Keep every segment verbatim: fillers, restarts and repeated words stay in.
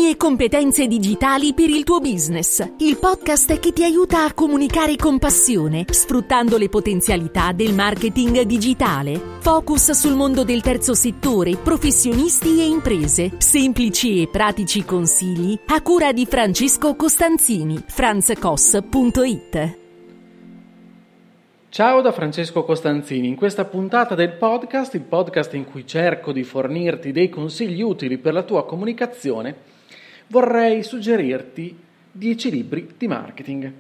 e competenze digitali per il tuo business. Il podcast che ti aiuta a comunicare con passione, sfruttando le potenzialità del marketing digitale. Focus sul mondo del terzo settore, professionisti e imprese. Semplici e pratici consigli a cura di Francesco Costanzini. franz cos punto it. Ciao da Francesco Costanzini. In questa puntata del podcast, il podcast in cui cerco di fornirti dei consigli utili per la tua comunicazione, vorrei suggerirti dieci libri di marketing.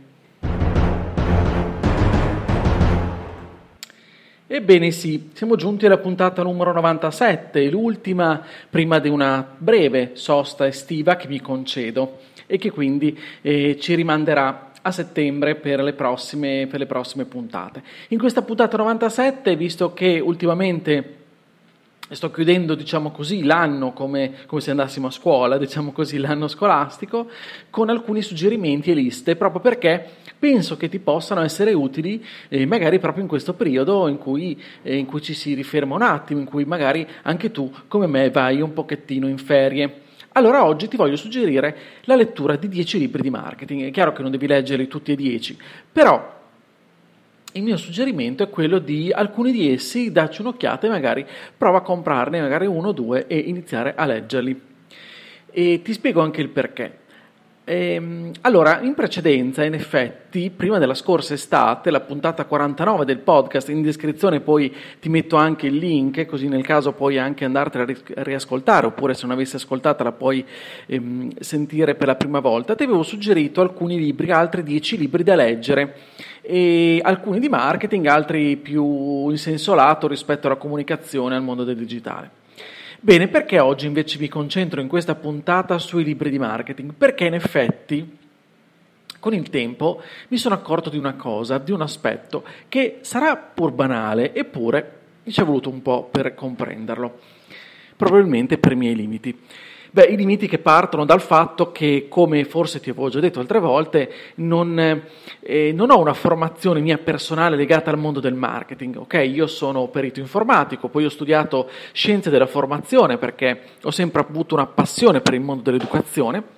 Ebbene sì, siamo giunti alla puntata numero novantasette, l'ultima prima di una breve sosta estiva che mi concedo e che quindi eh, ci rimanderà a settembre per le prossime per le prossime puntate. In questa puntata novantasette, visto che ultimamente sto chiudendo, diciamo così, l'anno come, come se andassimo a scuola, diciamo così, l'anno scolastico, con alcuni suggerimenti e liste, proprio perché penso che ti possano essere utili eh, magari proprio in questo periodo in cui, eh, in cui ci si riferma un attimo, in cui magari anche tu, come me, vai un pochettino in ferie. Allora oggi ti voglio suggerire la lettura di dieci libri di marketing. È chiaro che non devi leggerli tutti e dieci, però il mio suggerimento è quello di alcuni di essi, dacci un'occhiata e magari prova a comprarne magari uno o due e iniziare a leggerli. E ti spiego anche il perché. Ehm, allora, in precedenza, in effetti, prima della scorsa estate, la puntata quarantanove del podcast, in descrizione poi ti metto anche il link, così nel caso puoi anche andartela a riascoltare, oppure se non avessi ascoltata la puoi ehm, sentire per la prima volta. Ti avevo suggerito alcuni libri, altri dieci libri da leggere, e alcuni di marketing, altri più in senso lato rispetto alla comunicazione, al mondo del digitale. Bene, perché oggi invece mi concentro in questa puntata sui libri di marketing? Perché in effetti con il tempo mi sono accorto di una cosa, di un aspetto che sarà pur banale, eppure mi ci è voluto un po' per comprenderlo, probabilmente per i miei limiti. Beh, i limiti che partono dal fatto che, come forse ti avevo già detto altre volte, non, eh, non ho una formazione mia personale legata al mondo del marketing, ok? Io sono perito informatico, poi ho studiato scienze della formazione perché ho sempre avuto una passione per il mondo dell'educazione.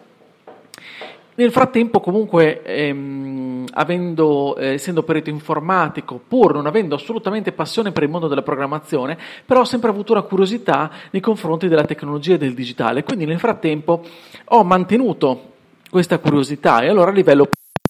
Nel frattempo, comunque, ehm, avendo, eh, essendo perito informatico, pur non avendo assolutamente passione per il mondo della programmazione, però ho sempre avuto una curiosità nei confronti della tecnologia e del digitale. Quindi nel frattempo ho mantenuto questa curiosità e allora a livello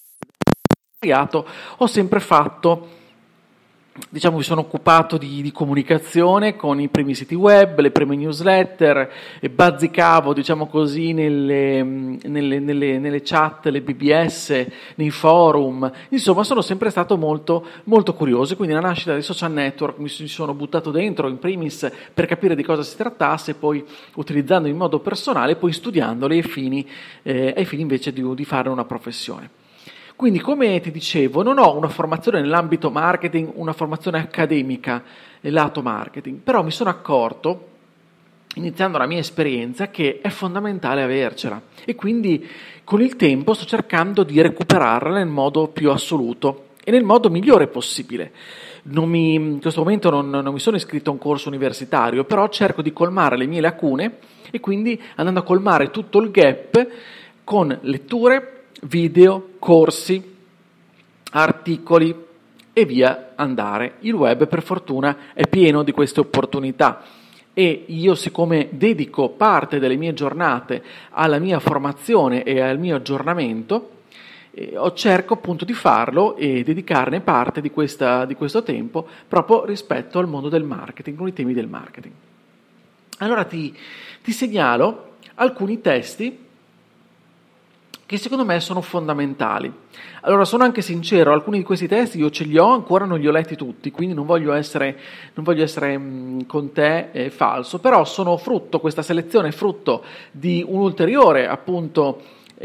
ho sempre fatto, diciamo, mi sono occupato di, di comunicazione con i primi siti web, le prime newsletter, e bazzicavo, diciamo così, nelle, nelle, nelle, nelle chat, le B B S, nei forum. Insomma, sono sempre stato molto, molto curioso, quindi la nascita dei social network mi sono buttato dentro, in primis per capire di cosa si trattasse, poi utilizzando in modo personale, poi studiandoli ai fini, eh, ai fini invece di, di fare una professione. Quindi, come ti dicevo, non ho una formazione nell'ambito marketing, una formazione accademica nel lato marketing, però mi sono accorto, iniziando la mia esperienza, che è fondamentale avercela e quindi con il tempo sto cercando di recuperarla nel modo più assoluto e nel modo migliore possibile. Non mi, in questo momento non, non mi sono iscritto a un corso universitario, però cerco di colmare le mie lacune e quindi andando a colmare tutto il gap con letture, video, corsi, articoli e via andare. Il web, per fortuna, è pieno di queste opportunità e io, siccome dedico parte delle mie giornate alla mia formazione e al mio aggiornamento, eh, cerco appunto di farlo e dedicarne parte di, questa, di questo tempo proprio rispetto al mondo del marketing, con i temi del marketing. Allora ti, ti segnalo alcuni testi che secondo me sono fondamentali. Allora, sono anche sincero, alcuni di questi testi io ce li ho, ancora non li ho letti tutti, quindi non voglio essere, non voglio essere mh, con te eh, falso, però sono frutto, questa selezione è frutto di un'ulteriore, appunto,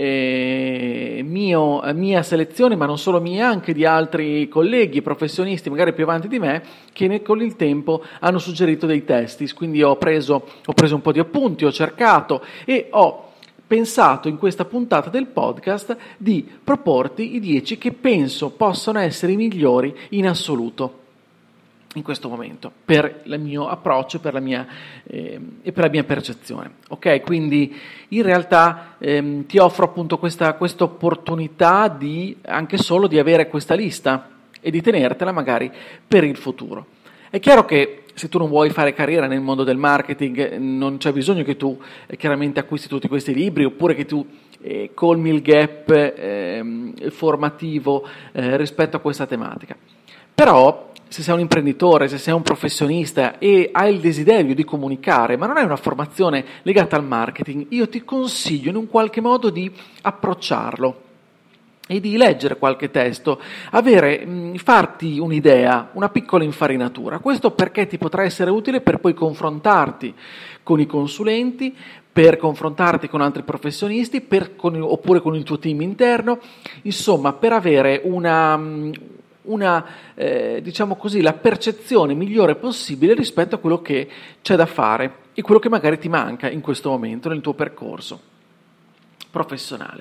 eh, mio, mia selezione, ma non solo mia, anche di altri colleghi, professionisti, magari più avanti di me, che ne, con il tempo hanno suggerito dei testi, quindi ho preso, ho preso un po' di appunti, ho cercato e ho pensato in questa puntata del podcast di proporti i dieci che penso possano essere i migliori in assoluto. in questo momento, per il mio approccio per la mia, eh, e per la mia percezione. Ok, quindi in realtà ehm, ti offro appunto questa questa opportunità di anche solo di avere questa lista e di tenertela magari per il futuro. È chiaro che se tu non vuoi fare carriera nel mondo del marketing, non c'è bisogno che tu eh, chiaramente acquisti tutti questi libri, oppure che tu eh, colmi il gap eh, formativo eh, rispetto a questa tematica. Però se sei un imprenditore, se sei un professionista e hai il desiderio di comunicare, ma non hai una formazione legata al marketing, io ti consiglio in un qualche modo di approcciarlo e di leggere qualche testo, avere, mh, farti un'idea, una piccola infarinatura. Questo perché ti potrà essere utile per poi confrontarti con i consulenti, per confrontarti con altri professionisti, per, con, oppure con il tuo team interno, insomma per avere una... Mh, una, eh, diciamo così, la percezione migliore possibile rispetto a quello che c'è da fare e quello che magari ti manca in questo momento nel tuo percorso professionale.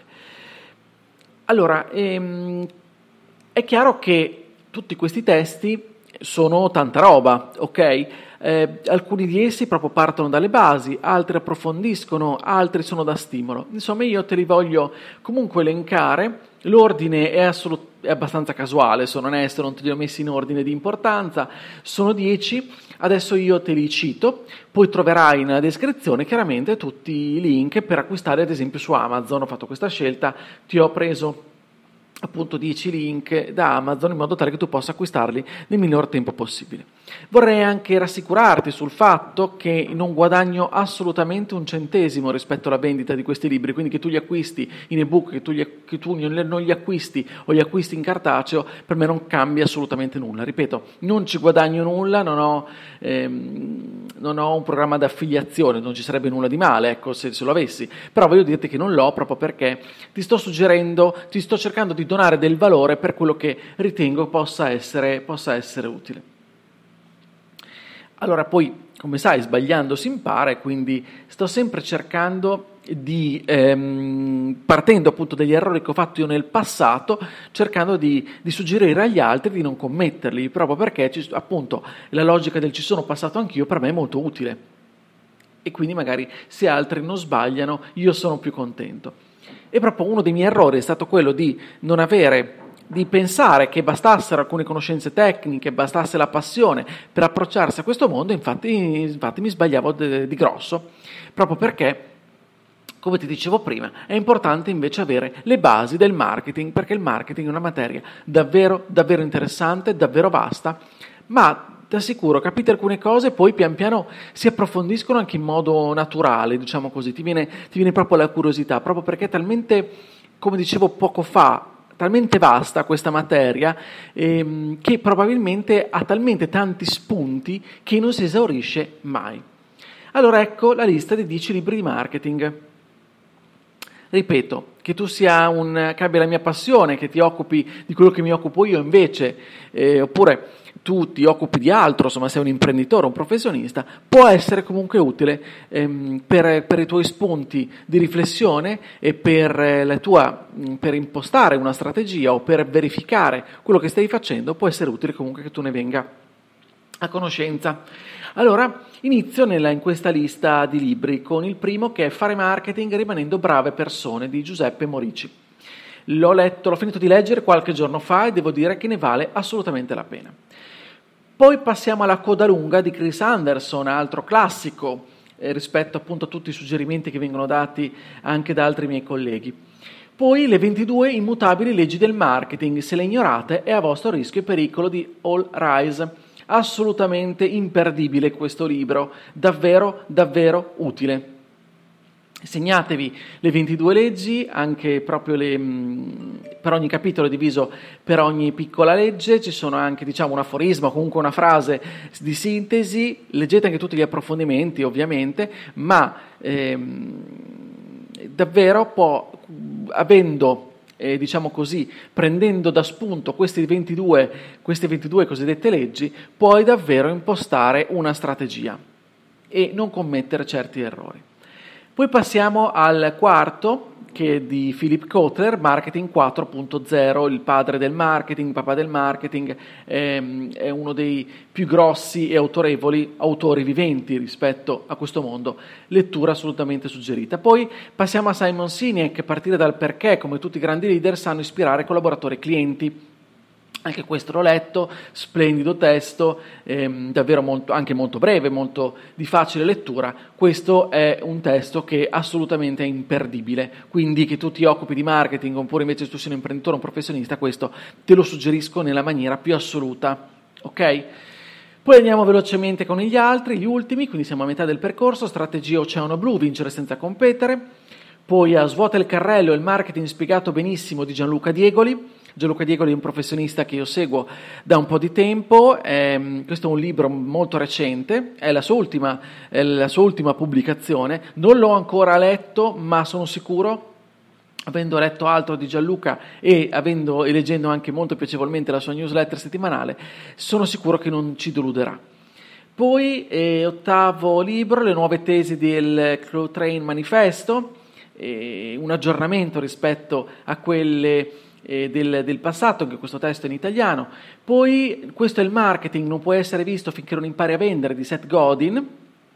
Allora, ehm, è chiaro che tutti questi testi sono tanta roba, ok? Eh, alcuni di essi proprio partono dalle basi, altri approfondiscono, altri sono da stimolo. Insomma, io te li voglio comunque elencare. L'ordine è, assolut- è abbastanza casuale, sono onesto, non te li ho messi in ordine di importanza, sono dieci, adesso io te li cito, poi troverai nella descrizione chiaramente tutti i link per acquistare ad esempio su Amazon. Ho fatto questa scelta, ti ho preso appunto dieci link da Amazon in modo tale che tu possa acquistarli nel miglior tempo possibile. Vorrei anche rassicurarti sul fatto che non guadagno assolutamente un centesimo rispetto alla vendita di questi libri, quindi che tu li acquisti in ebook, che tu, li, che tu non li acquisti o li acquisti in cartaceo, per me non cambia assolutamente nulla. Ripeto, non ci guadagno nulla, non ho, ehm, non ho un programma di affiliazione, non ci sarebbe nulla di male, ecco, se, se lo avessi, però voglio dirti che non l'ho proprio perché ti sto suggerendo, ti sto cercando di donare del valore per quello che ritengo possa essere, possa essere utile. Allora poi, come sai, sbagliando si impara e quindi sto sempre cercando di, ehm, partendo appunto dagli errori che ho fatto io nel passato, cercando di, di suggerire agli altri di non commetterli, proprio perché ci, appunto la logica del ci sono passato anch'io per me è molto utile e quindi magari se altri non sbagliano io sono più contento. E proprio uno dei miei errori è stato quello di non avere, di pensare che bastassero alcune conoscenze tecniche, bastasse la passione per approcciarsi a questo mondo, infatti, infatti mi sbagliavo de, di grosso, proprio perché, come ti dicevo prima, è importante invece avere le basi del marketing, perché il marketing è una materia davvero, davvero interessante, davvero vasta, ma ti assicuro, capite alcune cose, poi pian piano si approfondiscono anche in modo naturale, diciamo così, ti viene, ti viene proprio la curiosità, proprio perché è talmente, come dicevo poco fa, talmente vasta questa materia ehm, che probabilmente ha talmente tanti spunti che non si esaurisce mai. Allora ecco la lista dei dieci libri di marketing. Ripeto, che tu sia un, che abbia la mia passione, che ti occupi di quello che mi occupo io invece, eh, oppure tu ti occupi di altro, insomma sei un imprenditore, un professionista, può essere comunque utile ehm, per, per i tuoi spunti di riflessione e per, la tua, per impostare una strategia o per verificare quello che stai facendo, può essere utile comunque che tu ne venga a conoscenza. Allora, inizio nella, in questa lista di libri con il primo, che è Fare marketing rimanendo brave persone, di Giuseppe Morici. L'ho letto, l'ho finito di leggere qualche giorno fa e devo dire che ne vale assolutamente la pena. Poi passiamo alla Coda lunga di Chris Anderson, altro classico eh, rispetto appunto a tutti i suggerimenti che vengono dati anche da altri miei colleghi. Poi le ventidue immutabili leggi del marketing, se le ignorate è a vostro rischio e pericolo, di All Rise. Assolutamente imperdibile questo libro, davvero, davvero utile. Segnatevi le ventidue leggi, anche proprio le, per ogni capitolo è diviso per ogni piccola legge, ci sono anche diciamo un aforisma, comunque una frase di sintesi, leggete anche tutti gli approfondimenti ovviamente, ma ehm, davvero può, avendo Eh, diciamo così, prendendo da spunto questi ventidue, queste ventidue cosiddette leggi, puoi davvero impostare una strategia e non commettere certi errori. Poi passiamo al quarto, che è di Philip Kotler, Marketing quattro punto zero, il padre del marketing, papà del marketing, ehm, è uno dei più grossi e autorevoli autori viventi rispetto a questo mondo, lettura assolutamente suggerita. Poi passiamo a Simon Sinek, a partire dal perché, come tutti i grandi leader, sanno ispirare collaboratori e clienti. Anche questo l'ho letto, splendido testo, ehm, davvero molto, anche molto breve, molto di facile lettura. Questo è un testo che assolutamente è imperdibile, quindi che tu ti occupi di marketing oppure invece tu sei un imprenditore o un professionista, questo te lo suggerisco nella maniera più assoluta, ok? Poi andiamo velocemente con gli altri, gli ultimi, quindi siamo a metà del percorso. Strategia Oceano Blu, vincere senza competere. Poi a Svuota il carrello, il marketing spiegato benissimo di Gianluca Diegoli. Gianluca Diegoli è un professionista che io seguo da un po' di tempo, eh, questo è un libro molto recente, è la sua ultima, è la sua ultima pubblicazione, non l'ho ancora letto, ma sono sicuro, avendo letto altro di Gianluca e, avendo, e leggendo anche molto piacevolmente la sua newsletter settimanale, sono sicuro che non ci deluderà. Poi, eh, ottavo libro, le nuove tesi del Cloud Train Manifesto, eh, un aggiornamento rispetto a quelle Del, del passato, anche questo testo è in italiano. Poi questo è il marketing, non può essere visto finché non impari a vendere, di Seth Godin.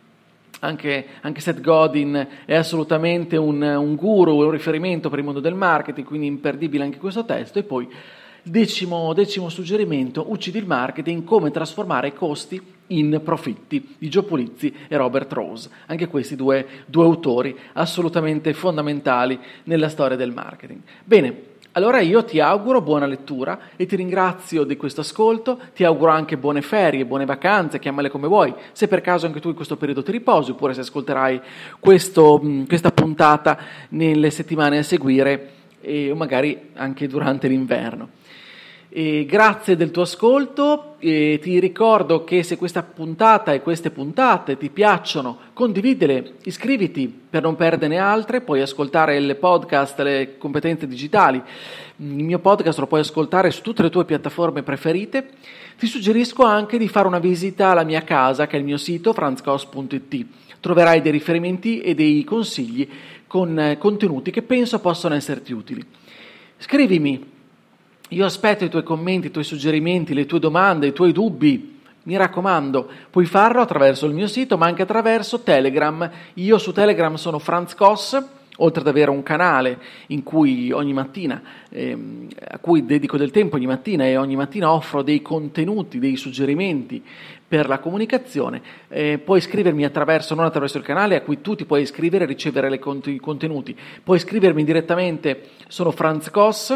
Anche, anche Seth Godin è assolutamente un, un guru, un riferimento per il mondo del marketing, quindi imperdibile anche questo testo. E poi decimo, decimo suggerimento, Uccidi il marketing, come trasformare i costi in profitti, di Gio Pulizzi e Robert Rose. Anche questi due, due autori assolutamente fondamentali nella storia del marketing. Bene, allora io ti auguro buona lettura e ti ringrazio di questo ascolto, ti auguro anche buone ferie, buone vacanze, chiamale come vuoi, se per caso anche tu in questo periodo ti riposi, oppure se ascolterai questo, questa puntata nelle settimane a seguire e magari anche durante l'inverno. E grazie del tuo ascolto, e ti ricordo che se questa puntata e queste puntate ti piacciono, condividile, iscriviti per non perderne altre, puoi ascoltare il podcast, le competenze digitali, il mio podcast lo puoi ascoltare su tutte le tue piattaforme preferite. Ti suggerisco anche di fare una visita alla mia casa, che è il mio sito franz cos punto it. Troverai dei riferimenti e dei consigli con contenuti che penso possano esserti utili. Scrivimi. Io aspetto i tuoi commenti, i tuoi suggerimenti, le tue domande, i tuoi dubbi. Mi raccomando, puoi farlo attraverso il mio sito, ma anche attraverso Telegram. Io su Telegram sono Franz Cos, oltre ad avere un canale in cui ogni mattina, ehm, a cui dedico del tempo ogni mattina e ogni mattina offro dei contenuti, dei suggerimenti per la comunicazione. Eh, puoi iscrivermi attraverso, non attraverso il canale a cui tu ti puoi iscrivere e ricevere le cont- i contenuti. Puoi iscrivermi direttamente, sono Franz Cos,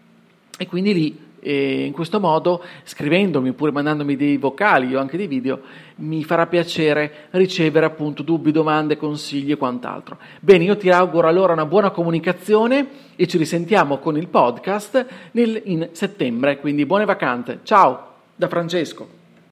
e quindi lì, eh, in questo modo, scrivendomi oppure mandandomi dei vocali o anche dei video, mi farà piacere ricevere appunto dubbi, domande, consigli e quant'altro. Bene, io ti auguro allora una buona comunicazione e ci risentiamo con il podcast nel, in settembre, quindi buone vacanze. Ciao, da Francesco.